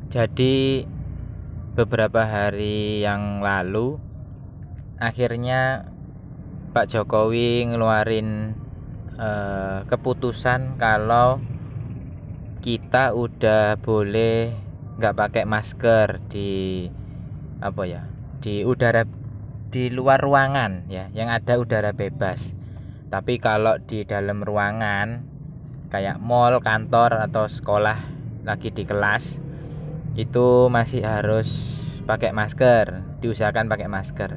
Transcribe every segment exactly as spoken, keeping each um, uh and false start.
Jadi beberapa hari yang lalu akhirnya Pak Jokowi ngeluarin eh, keputusan kalau kita udah boleh nggak pakai masker di apa ya di udara di luar ruangan ya, yang ada udara bebas. Tapi kalau di dalam ruangan kayak mall, kantor atau sekolah lagi di kelas itu masih harus pakai masker, diusahakan pakai masker.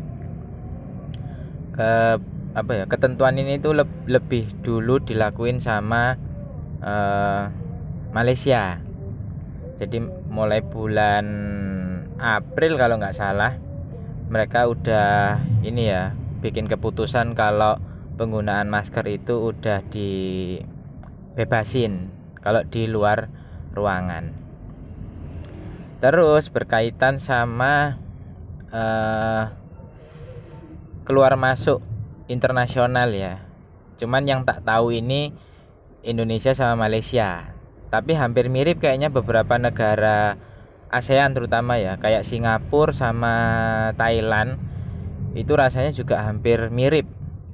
Ke apa ya ketentuan ini tuh le- lebih dulu dilakuin sama eh, Malaysia. Jadi mulai bulan April kalau nggak salah mereka udah ini ya bikin keputusan kalau penggunaan masker itu udah dibebasin kalau di luar ruangan. Terus berkaitan sama eh, keluar masuk internasional ya. Cuman yang tak tahu ini Indonesia sama Malaysia. Tapi hampir mirip kayaknya beberapa negara ASEAN terutama ya, kayak Singapura sama Thailand. Itu rasanya juga hampir mirip.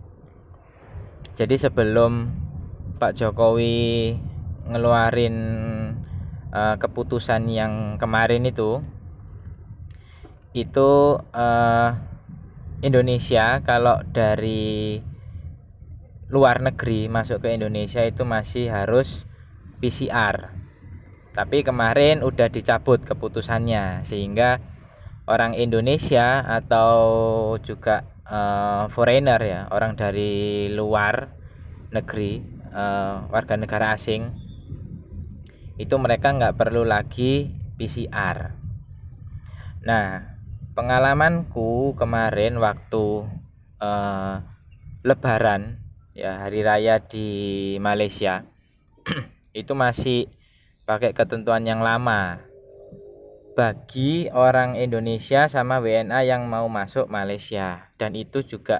Jadi sebelum Pak Jokowi ngeluarin uh, keputusan yang kemarin itu itu uh, Indonesia kalau dari luar negeri masuk ke Indonesia itu masih harus P C R. Tapi kemarin udah dicabut keputusannya sehingga orang Indonesia atau juga uh, foreigner ya, orang dari luar negeri, uh, warga negara asing, itu mereka nggak perlu lagi P C R. Nah, pengalamanku kemarin waktu uh, Lebaran ya, hari raya di Malaysia itu masih pakai ketentuan yang lama bagi orang Indonesia sama W N A yang mau masuk Malaysia, dan itu juga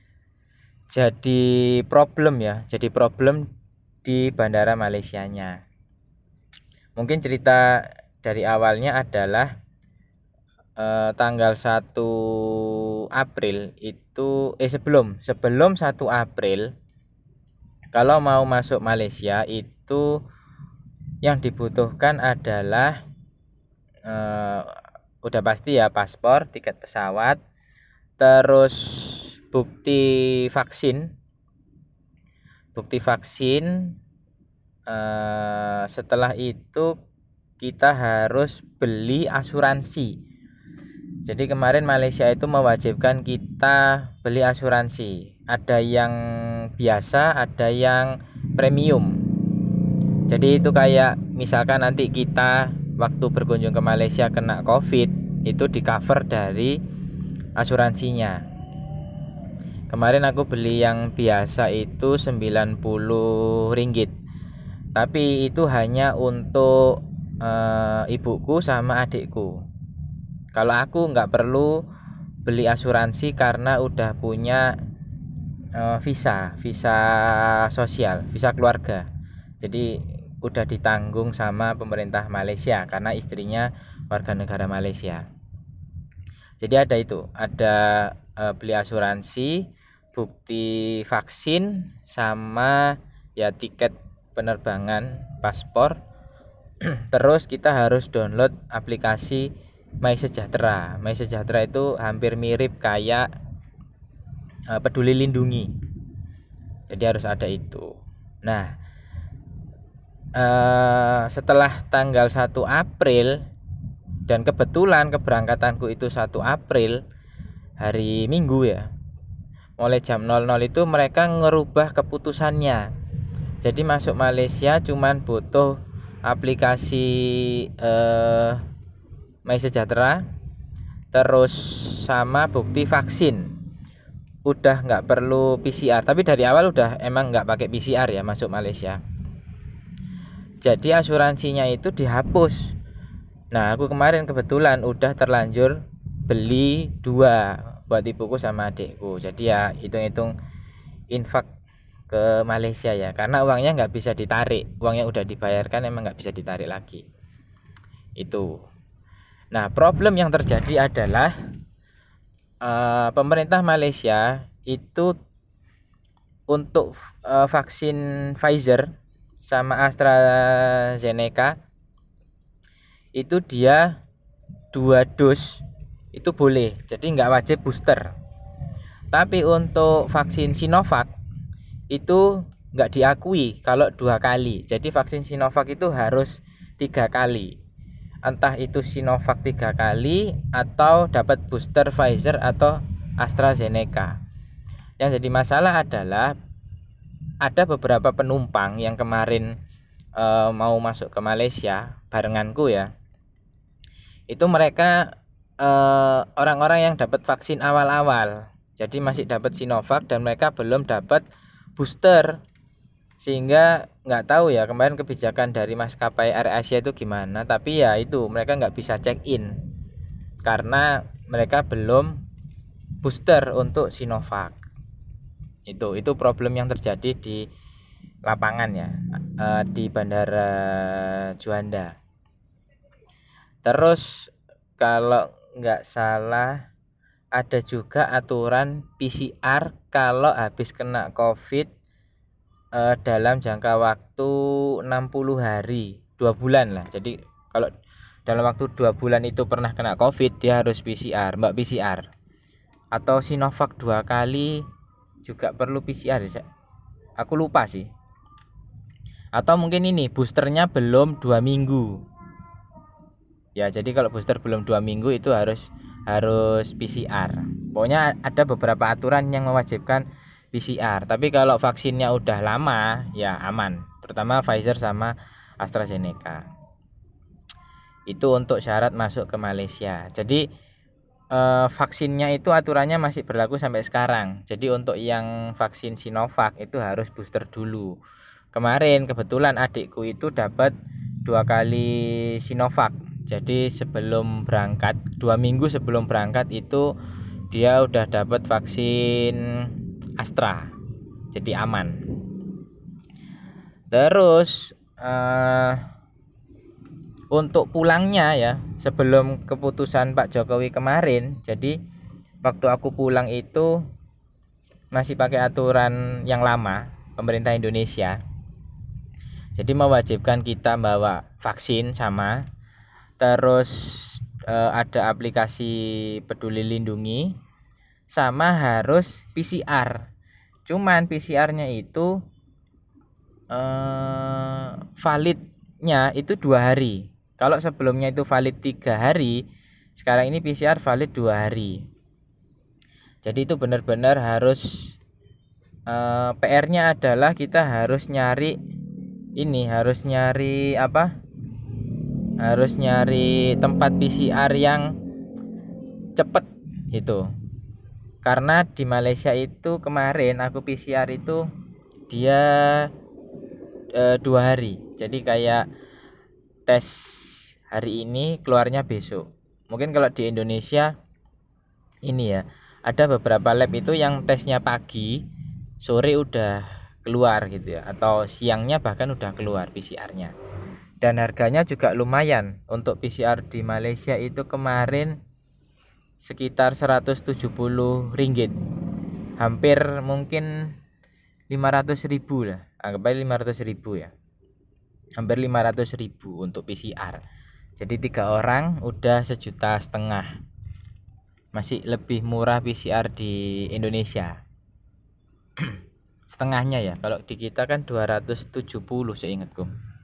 jadi problem ya, jadi problem di bandara Malaysianya. Mungkin cerita dari awalnya adalah eh, tanggal satu April itu eh sebelum sebelum satu April kalau mau masuk Malaysia itu yang dibutuhkan adalah eh, udah pasti ya paspor, tiket pesawat, terus bukti vaksin. Bukti vaksin eh, setelah itu kita harus beli asuransi. Jadi kemarin Malaysia itu mewajibkan kita beli asuransi. Ada yang biasa, ada yang premium. Jadi itu kayak misalkan nanti kita waktu berkunjung ke Malaysia kena COVID, itu di cover dari asuransinya. Kemarin aku beli yang biasa itu sembilan puluh ringgit. Tapi itu hanya untuk e, ibuku sama adikku. Kalau aku nggak perlu beli asuransi karena udah punya e, visa, visa sosial, visa keluarga. Jadi udah ditanggung sama pemerintah Malaysia karena istrinya warga negara Malaysia. Jadi ada itu, ada e, beli asuransi, bukti vaksin, sama ya tiket penerbangan, paspor. Terus kita harus download aplikasi My Sejahtera. My Sejahtera itu hampir mirip kayak e, Peduli Lindungi. Jadi harus ada itu. Nah, e, setelah tanggal satu April, dan kebetulan keberangkatanku itu satu April, hari Minggu ya, mulai jam nol nol itu mereka ngerubah keputusannya. Jadi masuk Malaysia cuman butuh aplikasi eh, My Sejahtera, terus sama bukti vaksin. Udah nggak perlu P C R. Tapi dari awal udah emang nggak pakai P C R ya masuk Malaysia. Jadi asuransinya itu dihapus. Nah, aku kemarin kebetulan udah terlanjur beli dua buat ibuku sama adikku. Jadi ya hitung-hitung infak ke Malaysia ya, karena uangnya nggak bisa ditarik. Uangnya udah dibayarkan emang nggak bisa ditarik lagi. Itu. Nah, problem yang terjadi adalah uh, pemerintah Malaysia itu untuk uh, vaksin Pfizer sama AstraZeneca itu dia dua dos itu boleh, jadi nggak wajib booster. Tapi untuk vaksin Sinovac itu nggak diakui kalau dua kali. Jadi vaksin Sinovac itu harus tiga kali. Entah itu Sinovac tiga kali atau dapat booster Pfizer atau AstraZeneca. Yang jadi masalah adalah ada beberapa penumpang yang kemarin e, mau masuk ke Malaysia barenganku ya. Itu mereka e, orang-orang yang dapat vaksin awal-awal. Jadi masih dapat Sinovac dan mereka belum dapat booster. Sehingga nggak tahu ya kemarin kebijakan dari maskapai AirAsia itu gimana. Tapi ya itu mereka nggak bisa check in karena mereka belum booster untuk Sinovac. Itu itu problem yang terjadi di lapangan ya, eh, di Bandara Juanda. Terus kalau nggak salah ada juga aturan P C R kalau habis kena COVID eh, dalam jangka waktu enam puluh hari, dua bulan lah. Jadi kalau dalam waktu dua bulan itu pernah kena COVID, dia harus P C R, Mbak P C R. Atau Sinovac dua kali juga perlu P C R ya. Aku lupa sih. Atau mungkin ini boosternya belum dua minggu. Ya, jadi kalau booster belum dua minggu itu harus harus P C R. Pokoknya ada beberapa aturan yang mewajibkan P C R. Tapi kalau vaksinnya udah lama ya aman. Terutama Pfizer sama AstraZeneca. Itu untuk syarat masuk ke Malaysia. Jadi eh, vaksinnya itu aturannya masih berlaku sampai sekarang. Jadi untuk yang vaksin Sinovac itu harus booster dulu. Kemarin kebetulan adikku itu dapat dua kali Sinovac. Jadi sebelum berangkat, dua minggu sebelum berangkat itu dia udah dapat vaksin Astra. Jadi aman. Terus eh, untuk pulangnya ya, sebelum keputusan Pak Jokowi kemarin, jadi waktu aku pulang itu masih pakai aturan yang lama pemerintah Indonesia. Jadi mewajibkan kita bawa vaksin sama, terus eh, ada aplikasi Peduli Lindungi, sama harus P C R. Cuman P C R-nya itu eh, validnya itu dua hari. Kalau sebelumnya itu valid tiga hari, sekarang ini P C R valid dua hari. Jadi itu benar-benar harus eh, P R-nya adalah kita harus nyari ini, harus nyari apa? Harus nyari tempat P C R yang cepet gitu. Karena di Malaysia itu kemarin aku P C R itu dia e, dua hari. Jadi kayak tes hari ini keluarnya besok. Mungkin kalau di Indonesia ini ya, ada beberapa lab itu yang tesnya pagi, sore udah keluar gitu ya, atau siangnya bahkan udah keluar P C R-nya. Dan harganya juga lumayan. Untuk P C R di Malaysia itu kemarin sekitar seratus tujuh puluh ringgit. Hampir mungkin lima ratus ribu lah. Anggap aja lima ratus ribu ya. Hampir lima ratus ribu untuk P C R. Jadi tiga orang udah sejuta setengah. Masih lebih murah P C R di Indonesia. Setengahnya ya. Kalau di kita kan dua ratus tujuh puluh seingatku.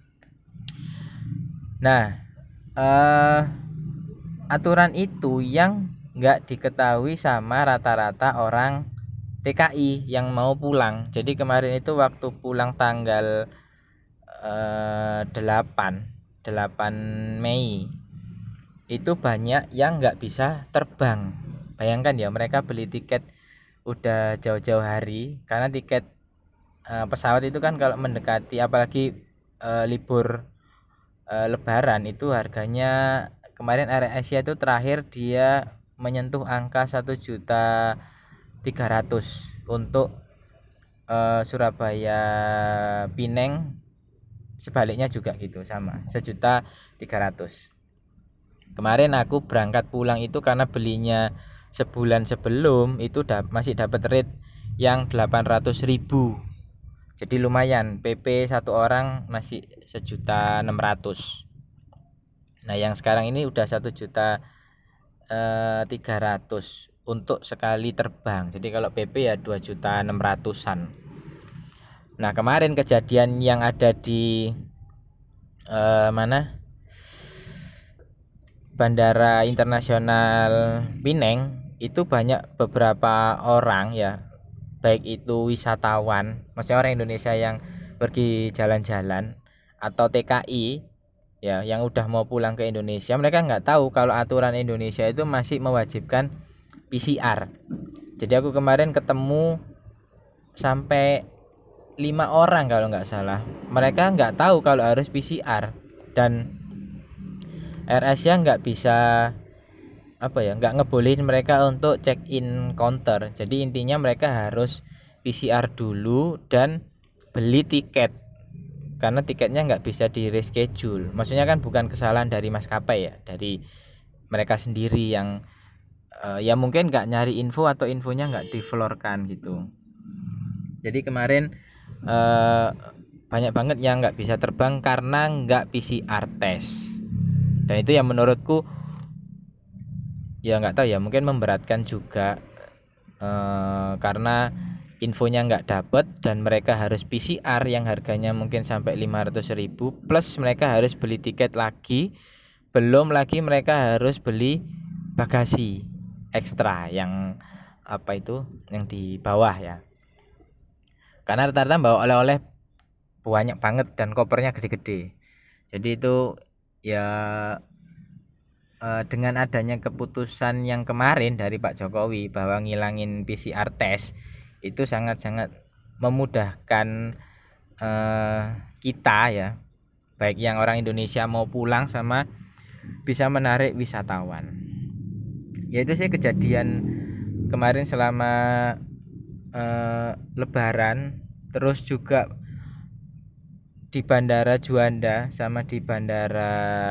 Nah, eh, aturan itu yang nggak diketahui sama rata-rata orang T K I yang mau pulang. Jadi kemarin itu waktu pulang tanggal eh, delapan Mei itu banyak yang nggak bisa terbang. Bayangkan ya, mereka beli tiket udah jauh-jauh hari karena tiket eh, pesawat itu kan kalau mendekati apalagi eh, libur eh, Lebaran itu harganya kemarin AirAsia itu terakhir dia menyentuh angka satu juta tiga ratus untuk eh, Surabaya Pineng, sebaliknya juga gitu sama sejuta tiga ratus. Kemarin aku berangkat pulang itu karena belinya sebulan sebelum itu da- masih dapat rate yang delapan ratus ribu. Jadi lumayan, P P satu orang masih sejuta enam ratus. Nah yang sekarang ini udah satu juta tiga ratus untuk sekali terbang. Jadi kalau P P ya dua juta enam ratusan. Nah kemarin kejadian yang ada di eh, mana Bandara Internasional Pineng itu banyak beberapa orang ya, baik itu wisatawan, maksudnya orang Indonesia yang pergi jalan-jalan atau T K I ya yang udah mau pulang ke Indonesia, mereka nggak tahu kalau aturan Indonesia itu masih mewajibkan P C R. Jadi aku kemarin ketemu sampai lima orang kalau nggak salah, mereka nggak tahu kalau harus P C R dan AirAsia nggak bisa apa ya nggak ngebolehin mereka untuk check in counter. Jadi intinya mereka harus P C R dulu dan beli tiket karena tiketnya nggak bisa di reschedule. Maksudnya kan bukan kesalahan dari maskapai ya, dari mereka sendiri yang uh, ya mungkin nggak nyari info atau infonya nggak diflorkan gitu. Jadi kemarin uh, banyak banget yang nggak bisa terbang karena nggak P C R test. Dan itu yang menurutku ya nggak tahu ya, mungkin memberatkan juga eh, karena infonya nggak dapet dan mereka harus P C R yang harganya mungkin sampai lima ratus ribu plus mereka harus beli tiket lagi, belum lagi mereka harus beli bagasi ekstra yang apa itu yang di bawah ya, karena rata-rata bawa oleh-oleh banyak banget dan kopernya gede-gede. Jadi itu ya dengan adanya keputusan yang kemarin dari Pak Jokowi bahwa ngilangin P C R test itu sangat-sangat memudahkan eh, kita ya, baik yang orang Indonesia mau pulang sama bisa menarik wisatawan. Yaitu sih kejadian kemarin selama eh, Lebaran, terus juga di Bandara Juanda sama di Bandara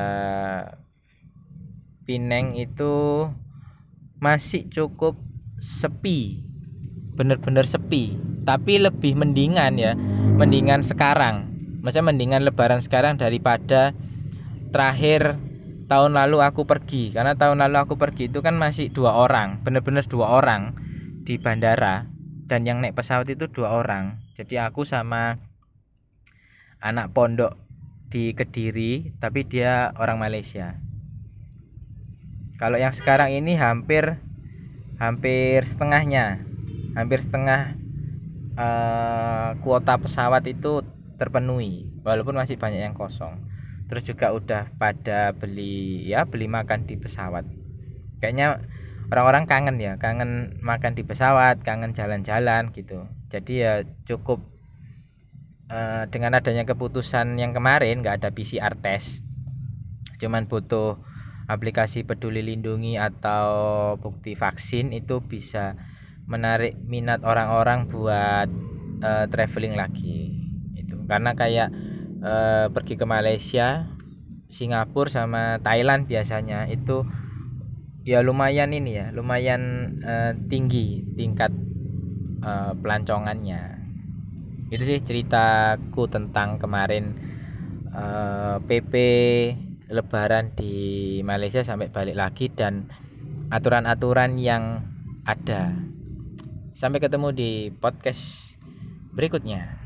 Pineng itu masih cukup sepi, bener-bener sepi, tapi lebih mendingan ya, mendingan sekarang, maksudnya mendingan Lebaran sekarang daripada terakhir tahun lalu aku pergi. Karena tahun lalu aku pergi itu kan masih dua orang, bener-bener dua orang di bandara, dan yang naik pesawat itu dua orang. Jadi aku sama anak pondok di Kediri, tapi dia orang Malaysia. Kalau yang sekarang ini hampir hampir setengahnya, hampir setengah uh, kuota pesawat itu terpenuhi, walaupun masih banyak yang kosong. Terus juga udah pada beli ya beli makan di pesawat. Kayaknya orang-orang kangen ya, kangen makan di pesawat, kangen jalan-jalan gitu. Jadi ya cukup uh, dengan adanya keputusan yang kemarin nggak ada P C R test, cuman butuh aplikasi Peduli Lindungi atau bukti vaksin, itu bisa menarik minat orang-orang buat uh, traveling lagi itu. Karena kayak uh, pergi ke Malaysia, Singapura sama Thailand biasanya itu ya lumayan ini ya, lumayan uh, tinggi tingkat uh, pelancongannya. Itu sih ceritaku tentang kemarin uh, P P Lebaran di Malaysia sampai balik lagi dan aturan-aturan yang ada. Sampai ketemu di podcast berikutnya.